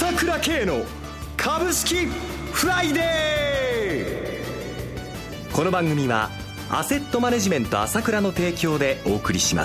朝倉慶の株式フライデー。この番組はアセットマネジメント朝倉の提供でお送りします。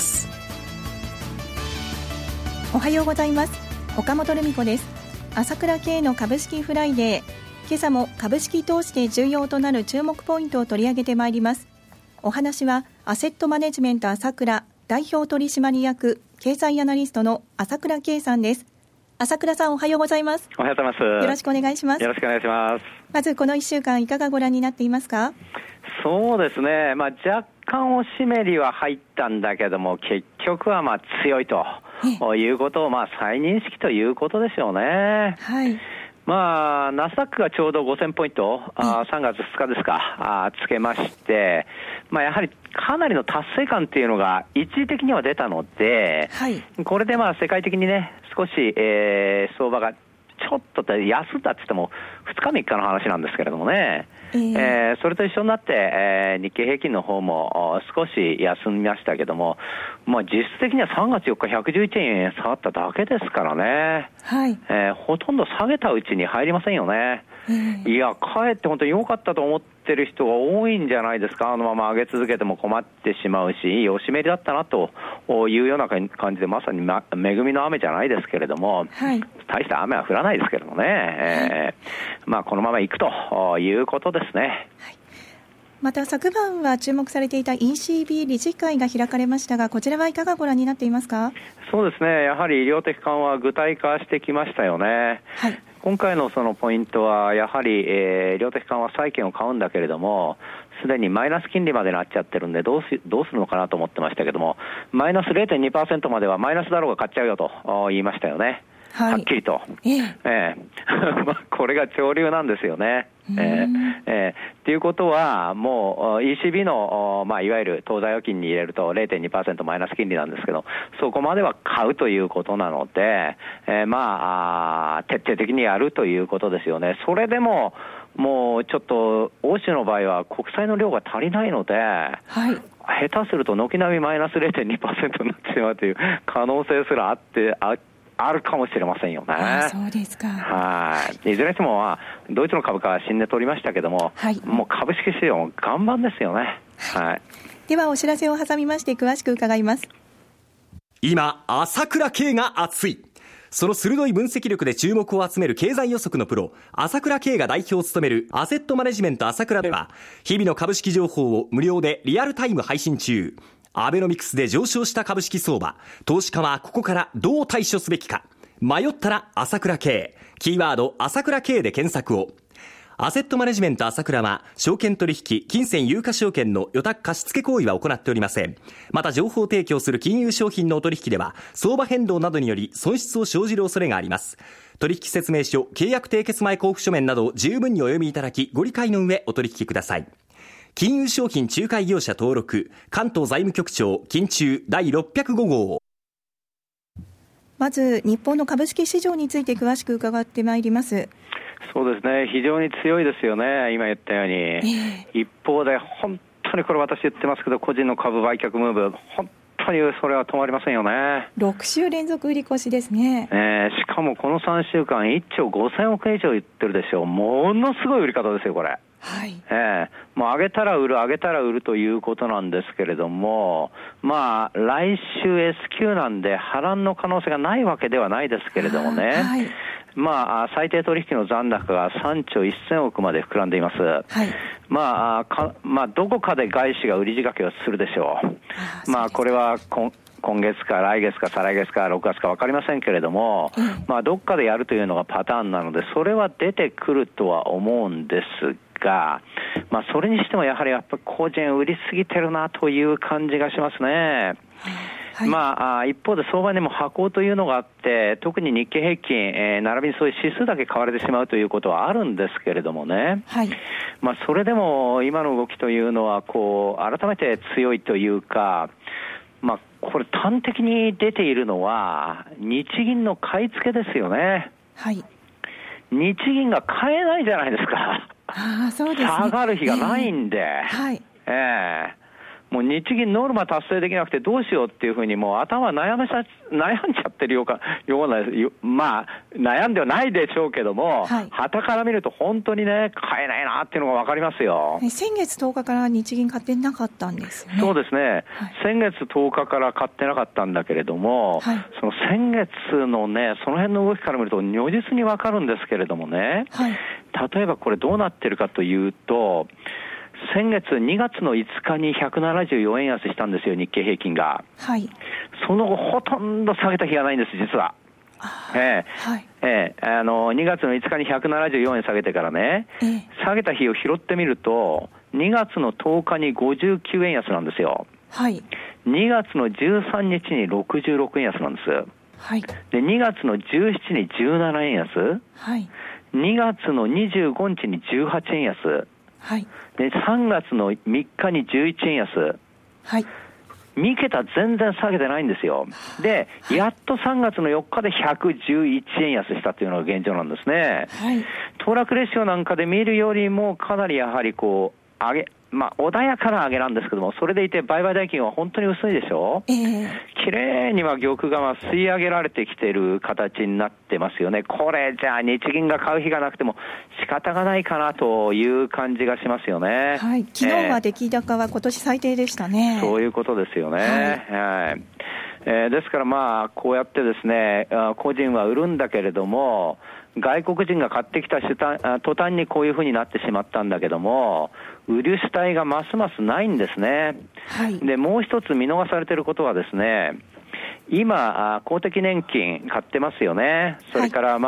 おはようございます。岡本留美子です。朝倉慶の株式フライデー、今朝も株式投資で重要となる注目ポイントを取り上げてまいります。お話はアセットマネジメント朝倉代表取締役経済アナリストの朝倉慶さんです。朝倉さん、おはようございます。 おはようございます。 よろしくお願いします。 よろしくお願いします。 まずこの1週間いかがご覧になっていますか？ そうですね、若干おしめりは入ったんだけども、結局は強いということを再認識ということでしょうね。 はい。 ナスダックがちょうど5000ポイント、3月2日ですか、つけまして、やはりかなりの達成感っていうのが一時的には出たので、 はい、 これで世界的にね、少し、相場がちょっと安んだって言っても2日3日の話なんですけれどもね、それと一緒になって、日経平均の方も少し休みましたけども、実質的には3月4日111円下がっただけですからね、 はい、 ほとんど下げたうちに入りませんよね。いや、かえって本当に良かったと思ってる人が多いんじゃないですか。あのまま上げ続けても困ってしまうし、いいおしめりだったなというような感じで、まさに恵みの雨じゃないですけれども、 はい、 大した雨は降らないですけれどもね、このままいくということですね。はい、 また昨晩は注目されていた ECB 理事会が開かれましたが、こちらはいかがご覧になっていますか？ そうですね、やはり量的緩和は具体化してきましたよね。 はい、 今回のそのポイントはやはり、量的緩和債券を買うんだけれども、すでにマイナス金利までなっちゃってるんでどうするのかなと思ってましたけども、マイナス 0.2% まではマイナスだろうが買っちゃうよと言いましたよね。 はい、 はっきりと、これが潮流なんですよね。っていうことはもう ECB の、いわゆる当座預金に入れると 0.2% マイナス金利なんですけど、そこまでは買うということなので、徹底的にやるということですよね。それでももうちょっと欧州の場合は国債の量が足りないので、 はい、 下手すると軒並みマイナス 0.2% になってしまうという可能性すらあるかもしれませんよね。 そうですか。 はい。いずれにしてもドイツの株価は新値取りましたけども、 はい、 もう株式市場も岩盤ですよね。はい。 ではお知らせを挟みまして詳しく伺います。 今朝倉慶が熱い。その鋭い分析力で注目を集める経済予測のプロ朝倉慶が代表を務めるアセットマネジメント朝倉では、日々の株式情報を無料でリアルタイム配信中。アベノミクスで上昇した株式相場、投資家はここからどう対処すべきか。迷ったら朝倉慶、キーワード朝倉慶で検索を。アセットマネジメント朝倉は証券取引、金銭有価証券の予託貸付行為は行っておりません。また情報提供する金融商品のお取引では相場変動などにより損失を生じる恐れがあります。取引説明書、契約締結前交付書面など十分にお読みいただき、ご理解の上お取引ください。金融商品仲介業者登録、関東財務局長金中第605号。 まず日本の株式市場について詳しく伺ってまいります。 そうですね、非常に強いですよね、今言ったように。一方で本当にこれ私言ってますけど、個人の株売却ムーブ、本当にそれは止まりませんよね。 6週連続売り越しですね。 しかもこの3週間1兆5000億円以上言ってるでしょう。ものすごい売り方ですよこれ。 はい、 もう上げたら売る上げたら売るということなんですけれども、来週 S q なんで波乱の可能性がないわけではないですけれどもね、はい、最低取引の残高が3兆1000億まで膨らんでいます。はい、どこかで外資が売り仕掛けをするでしょう。これは今月か来月か再来月か6月か分かりませんけれども、どっかでやるというのがパターンなので、それは出てくるとは思うんですが、それにしてもやはり個人売りすぎてるなという感じがしますね。はい、一方で相場にも波動というのがあって、特に日経平均、並びにそういう指数だけ買われてしまうということはあるんですけれどもね、はい、それでも今の動きというのは改めて強いというか、これ端的に出ているのは日銀の買い付けですよね。はい、日銀が買えないじゃないですか。 そうですね、 下がる日がないんで、 もう日銀ノルマ達成できなくてどうしようっていうふうにもう頭悩んじゃってるような、まあ悩んではないでしょうけども、旗から見ると本当にね買えないなっていうのが分かりますよ。 先月10日から日銀買ってなかったんですよね。 そうですね、先月10日から買ってなかったんだけれども、その先月のねその辺の動きから見ると如実に分かるんですけれどもね、例えばこれどうなってるかというと、先月2月の5日に174円安したんですよ、日経平均が。その後ほとんど下げた日がないんです、実は。2月の5日に174円下げてからね、下げた日を拾ってみると2月の10日に59円安なんですよ。2月の13日に66円安なんです。で2月の17日に17円安、2月の25日に18円安、で3月の3日に11円安、3桁全然下げてないんですよ。でやっと3月の4日で111円安したというのが現状なんですね。騰落レシオなんかで見るよりもかなりやはりこう穏やかな上げなんですけども、それでいて売買代金は本当に薄いでしょ。綺麗には玉が吸い上げられてきている形になってますよね。これじゃあ日銀が買う日がなくても仕方がないかなという感じがしますよね。 昨日は出来高は今年最低でしたね。 そういうことですよね。ですからこうやってですね、個人は売るんだけれども、外国人が買ってきた途端にこういうふうになってしまったんだけども、売る主体がますますないんですね。でもう一つ見逃されていることはですね、今公的年金買ってますよね。それから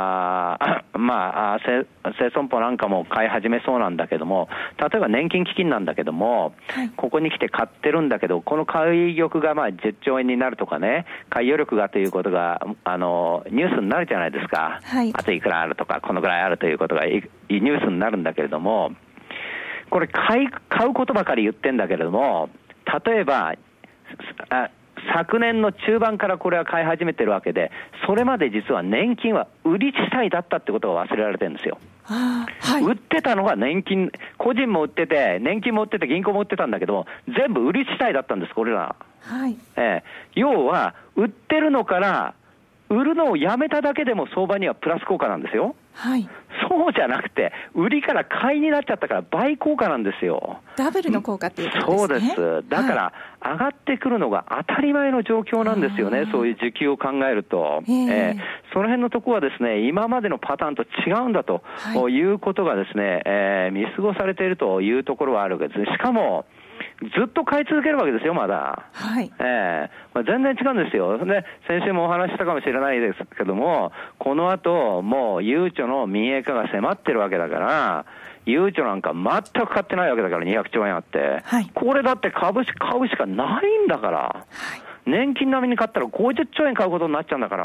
生損保なんかも買い始めそうなんだけども、例えば年金基金なんだけども、ここに来て買ってるんだけど、この買い玉が10兆円になるとかね、買い余力がということがニュースになるじゃないですか。あといくらあるとかこのぐらいあるということがニュースになるんだけれども、これ買うことばかり言ってんだけれども、例えば昨年の中盤からこれは買い始めてるわけで、それまで実は年金は売り地帯だったってことが忘れられてるんですよ。売ってたのが年金、個人も売ってて年金も売ってて銀行も売ってたんだけど、全部売り地帯だったんです、これら。要は売ってるのから売るのをやめただけでも相場にはプラス効果なんですよ。そうじゃなくて売りから買いになっちゃったから倍効果なんですよ。 ダブルの効果っていうことですね。 そうです。だから上がってくるのが当たり前の状況なんですよね。そういう時給を考えると、その辺のところはですね、今までのパターンと違うんだということがですね、見過ごされているというところはあるわけですね。しかもずっと買い続けるわけですよ、まだ。全然違うんですよ。で、先週もお話ししたかもしれないですけども、この後もうゆうちょの民営化が迫ってるわけだから、ゆうちょなんか全く買ってないわけだから、200兆円あって、これだって株式買うしかないんだから、年金並みに買ったら50兆円買うことになっちゃうんだから、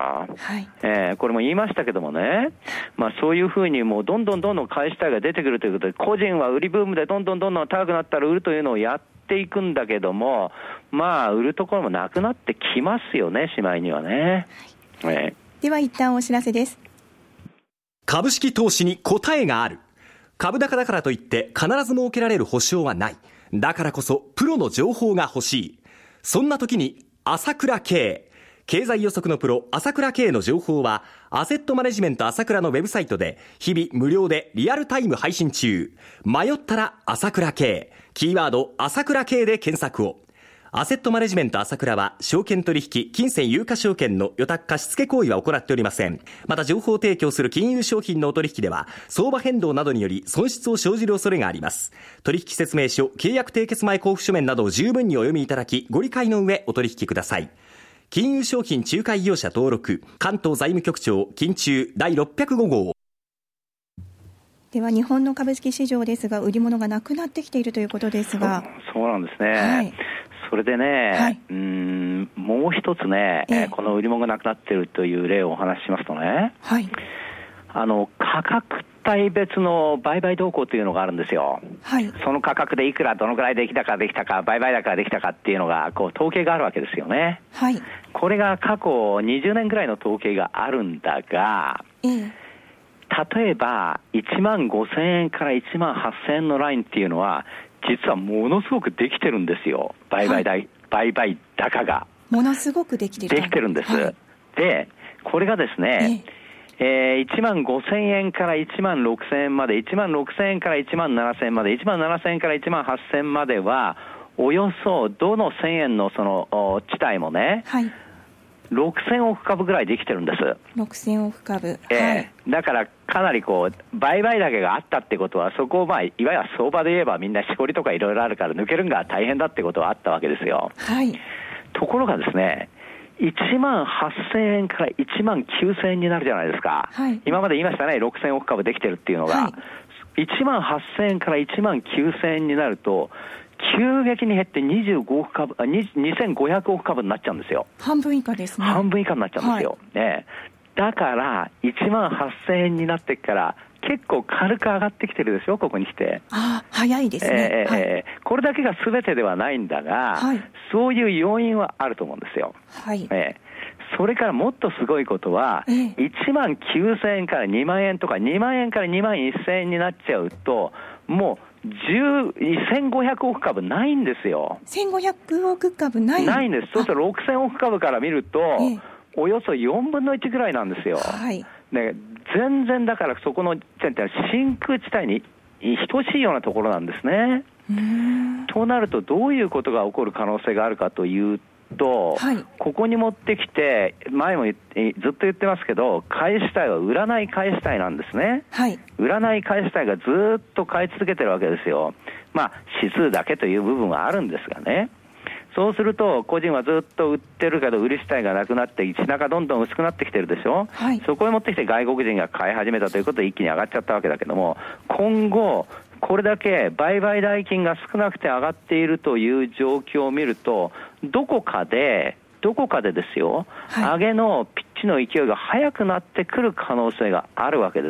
これも言いましたけどもね、そういうふうにもうどんどん買い主体が出てくるということで、個人は売りブームでどんどん高くなったら売るというのをやっていくんだけども、売るところもなくなってきますよね、しまいにはね。 では一旦お知らせです。 株式投資に答えがある。株高だからといって必ず設けられる保証はない。だからこそプロの情報が欲しい。そんな時に朝倉慶、経済予測のプロ朝倉慶の情報はアセットマネジメント朝倉のウェブサイトで日々無料でリアルタイム配信中。迷ったら朝倉慶、キーワード朝倉慶で検索を。アセットマネジメント朝倉は証券取引、金銭有価証券の予託貸付行為は行っておりません。また情報提供する金融商品のお取引では相場変動などにより損失を生じる恐れがあります。取引説明書、契約締結前交付書面などを十分にお読みいただき、ご理解の上お取引ください。金融商品仲介業者登録、関東財務局長金中第605号。 では日本の株式市場ですが、売り物がなくなってきているということですが。 そうなんですね。それでね、もう一つね、この売り物がなくなっているという例をお話ししますとね、価格帯別の売買動向というのがあるんですよ。その価格でいくらどのくらいできたか売買高ができたかっていうのが統計があるわけですよね。これが過去20年ぐらいの統計があるんだが、例えば1万5000円から1万8000円のラインっていうのは実はものすごくできてるんですよ。売買高が。 ものすごくできてるんです。はい、で、これがですね、1万5000円から1万6000円まで、1万6000円から1万7000円まで、1万7000円から1万8000円までは、およそどの1000円のその地帯もね、はい、6000億株ぐらいできてるんです。 6000億株。 だからかなりこう、売買高があったってことは、そこをいわゆる相場で言えばみんなしこりとかいろいろあるから抜けるのが大変だってことはあったわけですよ。 はい。 ところがですね、1万8000円から1万9000円になるじゃないですか。はい、今まで言いましたね、6000億株できてるっていうのが。はい、1万8000円から1万9000円になると、急激に減って2500億株になっちゃうんですよ。 半分以下ですね。 半分以下になっちゃうんですよ。はい、だから、1万8000円になってから結構軽く上がってきてるでしょ、ここに来て。 早いですね。はい、 これだけが全てではないんだが、はい、そういう要因はあると思うんですよ。 はい。 それからもっとすごいことは、1万9000円から2万円とか、2万円から2万1000円になっちゃうと、もう、1500億株ないんですよ。 1500億株ないんです。そうすると6000億株から見ると、およそ4分の1ぐらいなんですよ。 はい。 ね、全然だからそこの真空地帯に等しいようなところなんですね。となるとどういうことが起こる可能性があるかというと、はい、ここに持ってきて、前もずっと言ってますけど、買い主体は売らない買い主体なんですね。はい、売らない買い主体がずっと買い続けてるわけですよ。まあ指数だけという部分はあるんですがね。そうすると個人はずっと売ってるけど売り主体がなくなって石中どんどん薄くなってきてるでしょ、はい、そこへ持ってきて外国人が買い始めたということで一気に上がっちゃったわけだけども、今後これだけ売買代金が少なくて上がっているという状況を見ると、どこかでですよ、はい、上げのピッチの勢いが速くなってくる可能性があるわけです。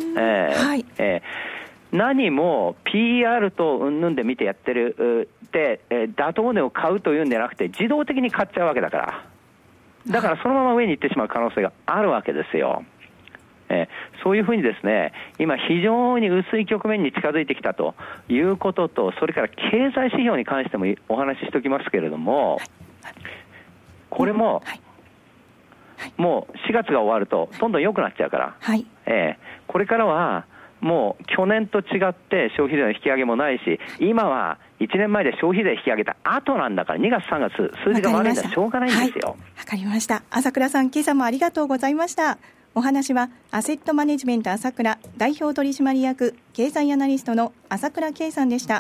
何も PR とうんぬんで見てやってるで、妥当値を買うというんじゃなくて自動的に買っちゃうわけだから、そのまま上に行ってしまう可能性があるわけですよ。そういうふうにですね、今非常に薄い局面に近づいてきたということと、それから経済指標に関してもお話ししておきますけれども、これも、もう4月が終わるとどんどん良くなっちゃうから、これからはもう去年と違って消費税の引き上げもないし、今は1年前で消費税引き上げた後なんだから、2月3月数字が悪いんだしょうがないんですよ。 わかりました。朝倉さん、今朝もありがとうございました。お話はアセットマネジメント朝倉代表取締役経済アナリストの朝倉圭さんでした。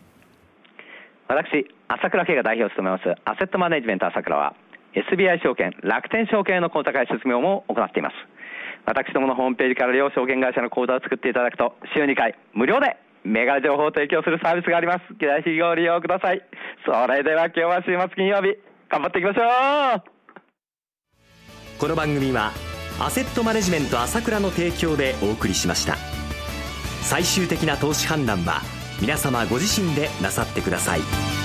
私、朝倉圭が代表を務めますアセットマネジメント朝倉は SBI 証券、楽天証券の口座開設業務を行っています。私どものホームページから両証券会社の口座を作っていただくと、週2回無料で銘柄情報を提供するサービスがあります。ぜひご利用ください。それでは今日は週末金曜日、頑張っていきましょう。 この番組はアセットマネジメント朝倉の提供でお送りしました。最終的な投資判断は皆様ご自身でなさってください。